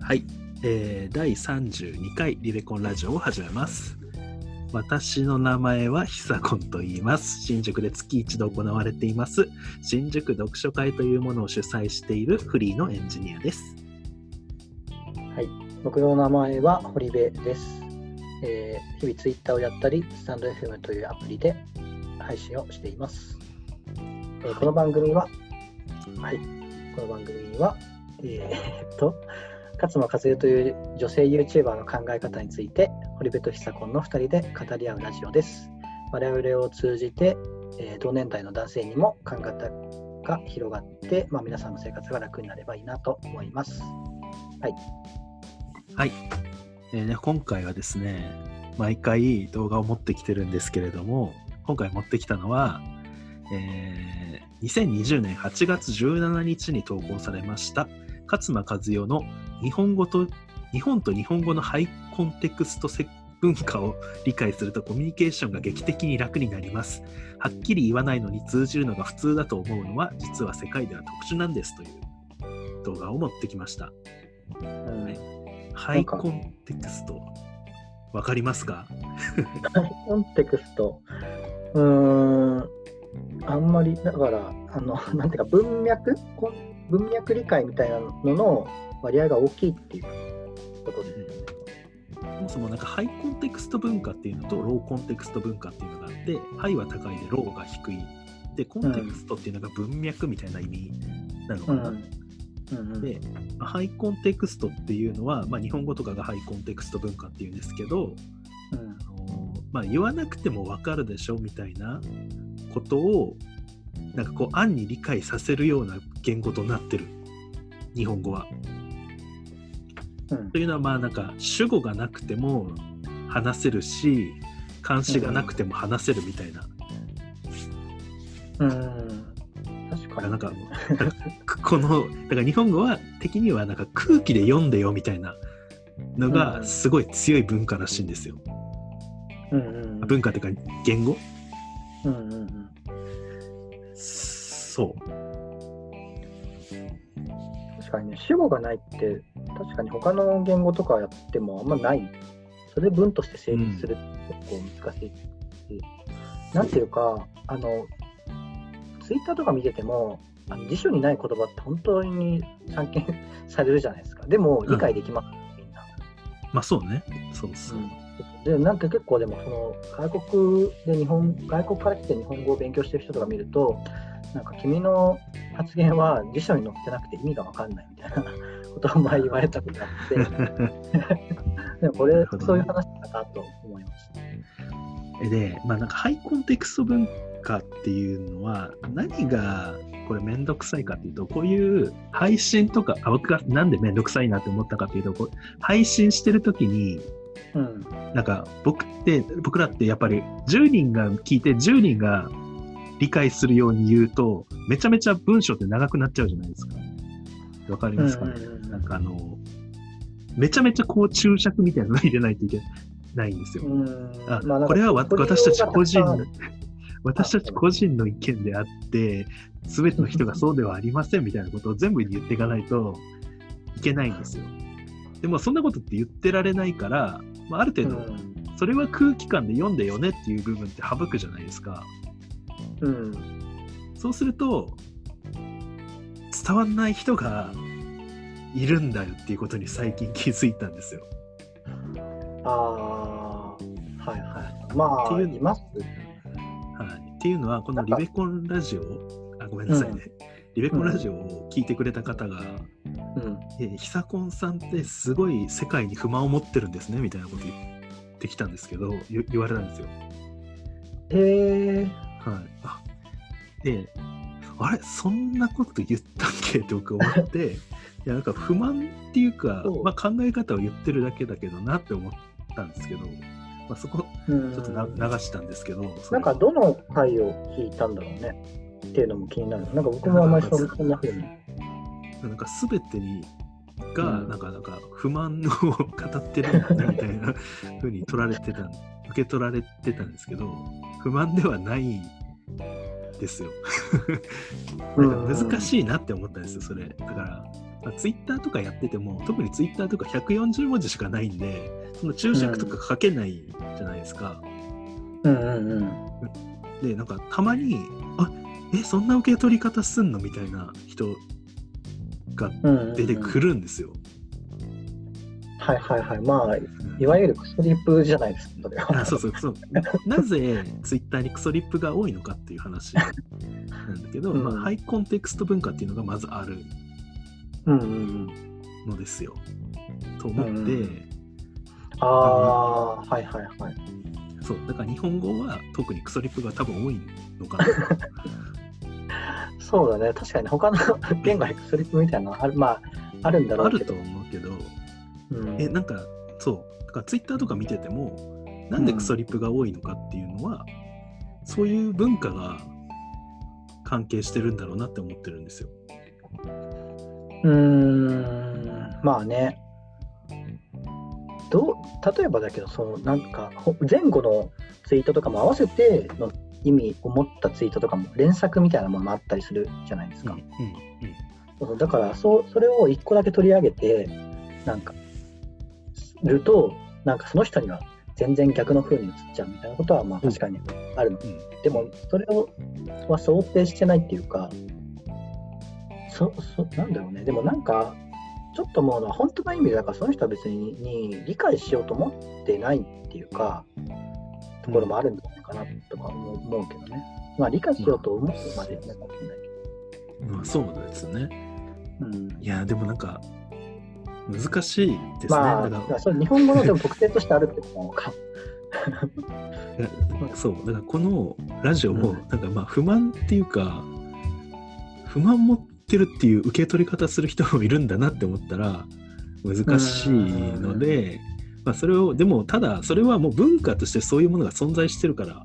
はい、第32回リベコンラジオを始めます。私の名前はひさこんと言います。新宿で月一度行われています新宿読書会というものを主催しているフリーのエンジニアです。 はい、僕の名前は堀部です。日々ツイッターをやったり、スタンド FM というアプリで配信をしています。この番組は、勝間和代という女性 YouTuber の考え方について、堀部とひさこんの2人で語り合うラジオです。我々を通じて、同年代の男性にも考え方が広がって、皆さんの生活が楽になればいいなと思います。 はい、今回はですね、毎回動画を持ってきてるんですけれども、今回持ってきたのは、2020年8月17日に投稿されました勝間和代の日本と日本語のハイコンテクスト文化を理解するとコミュニケーションが劇的に楽になります。はっきり言わないのに通じるのが普通だと思うのは実は世界では特殊なんですという動画を持ってきました。ハイコンテクストわかりますか？ ハイコンテクストあんまりだからなんていうか文脈理解みたいなのの割合が大きいっていうことですね。 そもそもなんかハイコンテクスト文化っていうのとローコンテクスト文化っていうのがあって、ハイは高いでローが低いで、コンテクストっていうのが文脈みたいな意味なのかな。で、ハイコンテクストっていうのは、日本語とかがハイコンテクスト文化っていうんですけど、言わなくても分かるでしょみたいなことをなんかこう暗に理解させるような言語となってる日本語は、というのはなんか主語がなくても話せるし、漢詞がなくても話せるみたいな、 確かになんかこのだから日本語は的にはなんか空気で読んでよみたいなのがすごい強い文化らしいんですよ。文化っていうか言語。そう。 確かにね、主語がないって確かに他の言語とかやってもあんまない。それで文として成立するって結構難しいし、なんていうかツイッターとか見てても辞書にない言葉って本当に散見されるじゃないですか。でも理解できます、みんな。 そうね。そう。 でなんか結構でもその外国から来て日本語を勉強してる人とか見ると、なんか君の発言は辞書に載ってなくて意味が分かんないみたいなことを前言われたことがあってでもこれ、そういう話だなと思いました。 で、なんかハイコンテクスト文化っていうのは何がこれめんどくさいかっていうと、こういう配信とか僕がなんでめんどくさいなって思ったかっていうと、配信してる時になんか僕らってやっぱり10人が聞いて10人が理解するように言うとめちゃめちゃ文章って長くなっちゃうじゃないですか。わかりますかね？なんかめちゃめちゃこう注釈みたいなの入れないといけないんですよ。これは私たち個人の意見であって全ての人がそうではありませんみたいなことを全部言っていかないといけないんですよ。でもそんなことって言ってられないから、ある程度それは空気感で読んでよねっていう部分って省くじゃないですか。そうすると伝わんない人がいるんだよっていうことに最近気づいたんですよ。 います。 っていうのはこのリベコンラジオごめんなさいね、リベコンラジオを聞いてくれた方が、ひさこんさんってすごい世界に不満を持ってるんですねみたいなこと言ってきたんですけど、言われたんですよ。で、あれそんなこと言ったっけって僕思っていやなんか不満っていうか、考え方を言ってるだけだけどなって思ったんですけど、そこちょっと流したんですけど、 なんかどの回を聞いたんだろうねっていうのも気になる。なんか僕もあんまりそんな風になんか全てがなんか不満を語ってるんだみたいな風に受け取られてたんですけど、不満ではないですよ。なんか難しいなって思ったんですよ、それ。だからツイッターとかやってても、特にツイッターとか140文字しかないんで、その注釈とか書けないじゃないですか。 うんうんうん。 で、なんかたまに、そんな受け取り方すんのみたいな人が出てくるんですよ。 はいはいはい。まあ、いわゆるクソリップじゃないですか、それは。 そう。なぜツイッターにクソリップが多いのかっていう話なんだけど、ハイコンテクスト文化っていうのがまずあるのですよ。と思って、 はいはいはい。 そう、だから日本語は特にクソリップが多分多いのかな。 そうだね、確かに他の言語でクソリップみたいなのある、まあ、あるんだろうけど。 あると思うけど、なんかそう、だからツイッターとか見てても、なんでクソリップが多いのかっていうのは、そういう文化が関係してるんだろうなって思ってるんですよ。 まあね。例えばだけど、なんか前後のツイートとかも合わせての意味を持ったツイートとかも連作みたいなものもあったりするじゃないですか。だからそれを一個だけ取り上げてなんかると、なんかその人には全然逆の風に映っちゃうみたいなことはまあ確かにあるの。でもそれは想定してないっていうか、なんだろうね。でもなんかちょっともう本当の意味でだからその人は別に理解しようと思ってないっていうかところもあるんじゃないかなとか思うけどね。まあ理解しようと思うまでなかったんだけど。 まあそうですね。いやでもなんか難しいですね。 まあだからそれ日本語のでも特性としてあるってことなのか。 そうだからこのラジオもなんかまあ不満っていうか不満持ってるっていう受け取り方する人もいるんだなって思ったら難しいので、まあそれをでもただそれはもう文化としてそういうものが存在してるから、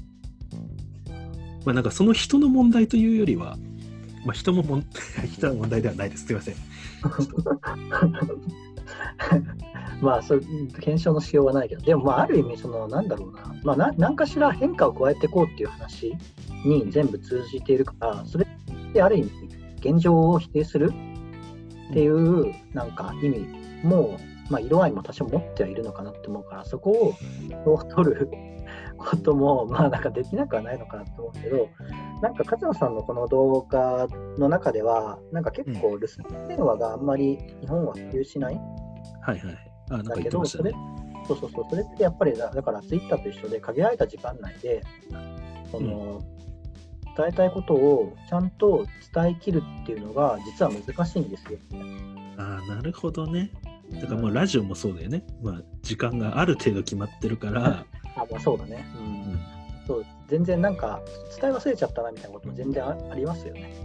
まあなんかその人の問題というよりは、まあ人の問題ではないです。すいません。 まあ検証のしようはないけど、でもまあある意味なんだろうな、まあ何かしら変化を加えていこうっていう話に全部通じているから、それってある意味現状を否定するっていうなんか意味も、まあ、色合いも多少持ってはいるのかなって思うから、そこをそう取ることもまあなんかできなくはないのかなと思うけど、なんか勝野さんのこの動画の中ではなんか結構留守電話があんまり日本は普及しない、 はいはい、なんか言ってましたね。 それってやっぱりだからツイッターと一緒で限られた時間内で伝えたいことをちゃんと伝えきるっていうのが実は難しいんですよ。 なるほどね。だからもうラジオもそうだよね。まあ時間がある程度決まってるから。 まあそうだね。そう全然なんか伝え忘れちゃったなみたいなことも全然 ありますよね。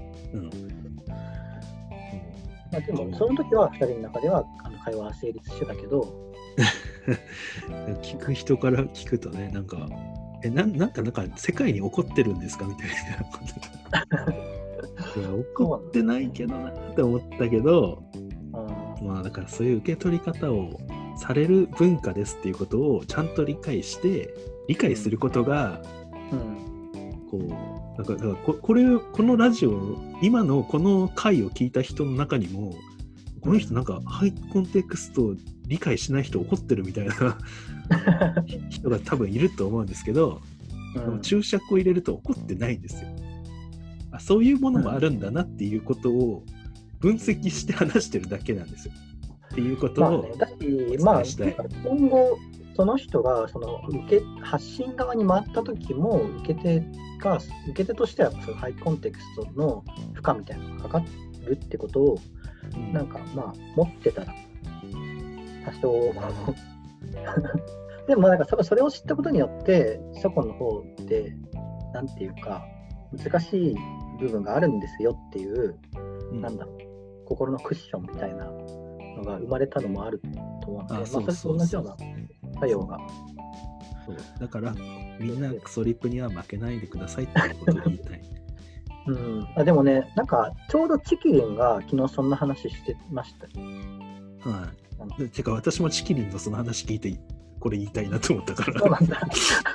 まあ、でもその時は2人の中では会話は成立してたけど聞く人から聞くとね、なんかなんか世界に怒ってるんですかみたいなこといや怒ってないけどなって思ったけど、まあだからそういう受け取り方をされる文化ですっていうことをちゃんと理解することが、こうだからこのラジオ今のこの回を聞いた人の中にもこの人なんかハイコンテクストを理解しない人怒ってるみたいな人が多分いると思うんですけど、注釈を入れると怒ってないんですよ。そういうものもあるんだなっていうことを分析して話してるだけなんですよ。っていうことをお伝えしたい。 今後その人が発信側に回った時も受け手としてはそのハイコンテクストの負荷みたいなのがかかるってことを、なんかまあ持ってたら多少でもなんかそれを知ったことによって初歩の方でなんていうか難しい部分があるんですよっていう、なんだろう心のクッションみたいなのが生まれたのもあると思うので、それと同じような作用が。 そうだからみんなクソリップには負けないでくださいっていうことを言いたい。 でもね、なんかちょうどチキリンが昨日そんな話してました。 てか私もチキリンのその話聞いてこれ言いたいなと思ったから。 そうなんだ。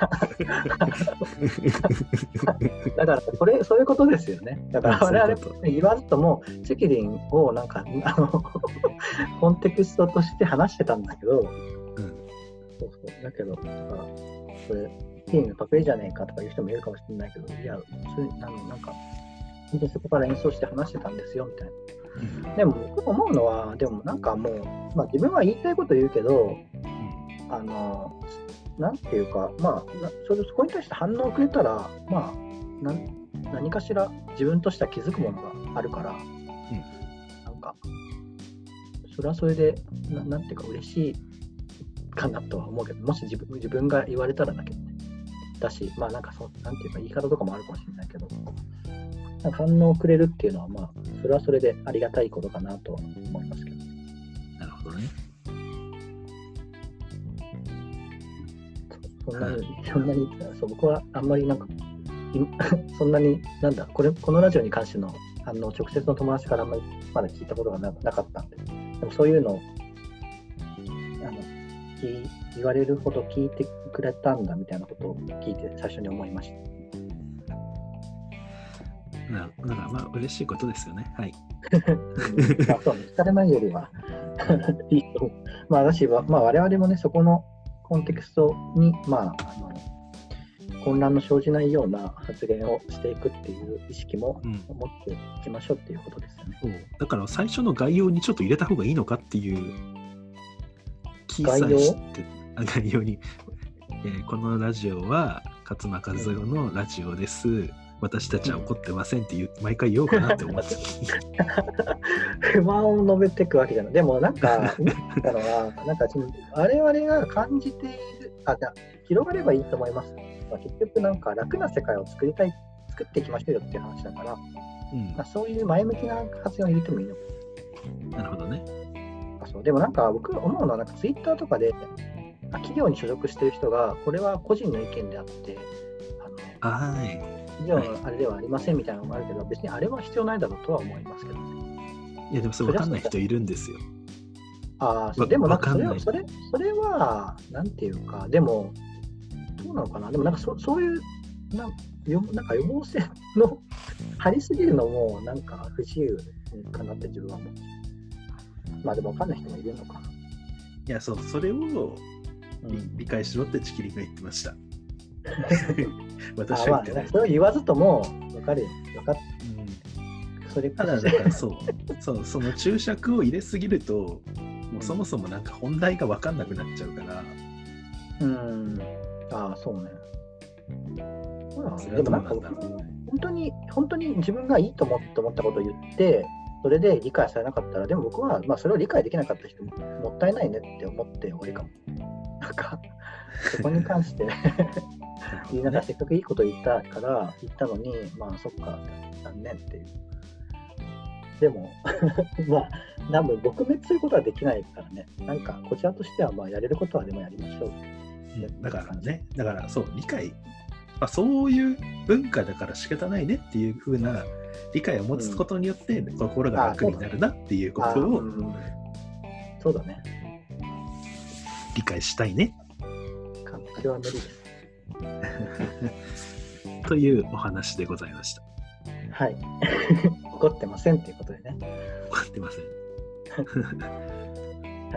だからそういうことですよね。だから我々言わずともチキリンをなんかコンテクストとして話してたんだけど、そうそうだけどこれチキリンのパクリじゃねえかとかいう人もいるかもしれないけど、いやなんか本当にそこから演奏して話してたんですよみたいな。でも僕思うのは、でもなんかもう、自分は言いたいこと言うけど、なんていうか、そこに対して反応をくれたら、何かしら自分としては気づくものがあるから、なんか、それはそれで、なんていうか嬉しいかなとは思うけど、もし自分が言われたらだけどね。だし、なんかなんていうか言い方とかもあるかもしれないけど、反応をくれるっていうのは、それはそれでありがたいことかなとは思いますけど。 なるほどね。 そんなに僕はあんまりなんかそんなにこのラジオに関しての直接の友達からあんまりまだ聞いたことがなかったんで、でもそういうのを言われるほど聞いてくれたんだみたいなことを聞いて最初に思いました。 なんか嬉しいことですよね。はい。 そうね、聞かれないよりはいいと思う。私は我々もね、そこのコンテクストに混乱の生じないような発言をしていくっていう意識も持っていきましょうっていうことですよね。 だから最初の概要にちょっと入れた方がいいのかっていう記載して概要に、このラジオは勝間和代のラジオです。私たちは怒ってませんって毎回言おうかなって思って不満を述べていくわけじゃない。でもなんか思ったのは我々が感じている広がればいいと思います。結局なんか楽な世界を作っていきましょうよっていう話だから、そういう前向きな発言を入れてもいいのか。 なるほどね。 でもなんか僕思うのはツイッターとかで企業に所属している人がこれは個人の意見であって企業のあれではありませんみたいなのもあるけど、別にあれは必要ないだろうとは思いますけど、 いやでもそれ分かんない人いるんですよ。 でもなんかそれはなんていうか、でもどうなのかな。でもなんかそういうなんか予防線の張りすぎるのもなんか不自由かなって自分は思う。でも分かんない人もいるのかな。 いやそれを理解しろってチキリンが言ってました。私は言ってない。 それを言わずとも分かるよ。それただだからその注釈を入れすぎると、もうそもそもなんか本題が分かんなくなっちゃうから。 そうね。でもなんか本当に自分がいいと思ったことを言って、それで理解されなかったら、でも僕はそれを理解できなかった人もったいないねって思って終わりかも。なんかそこに関してせっかくいいこと言ったのに、そっか残念っていう。でも多分撲滅することはできないからね。なんかこちらとしてはやれることはでもやりましょう。 だからそう理解、そういう文化だから仕方ないねっていう風な理解を持つことによって心が楽になるなっていうことをそうだね、 理解したいね。 完璧は無理です。 というお話でございました。 はい。怒ってませんということでね。 怒ってません。 はい。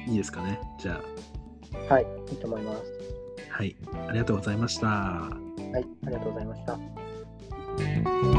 いいですかね。じゃあ。はい、いいと思います。 はい、ありがとうございました。 はい、ありがとうございました。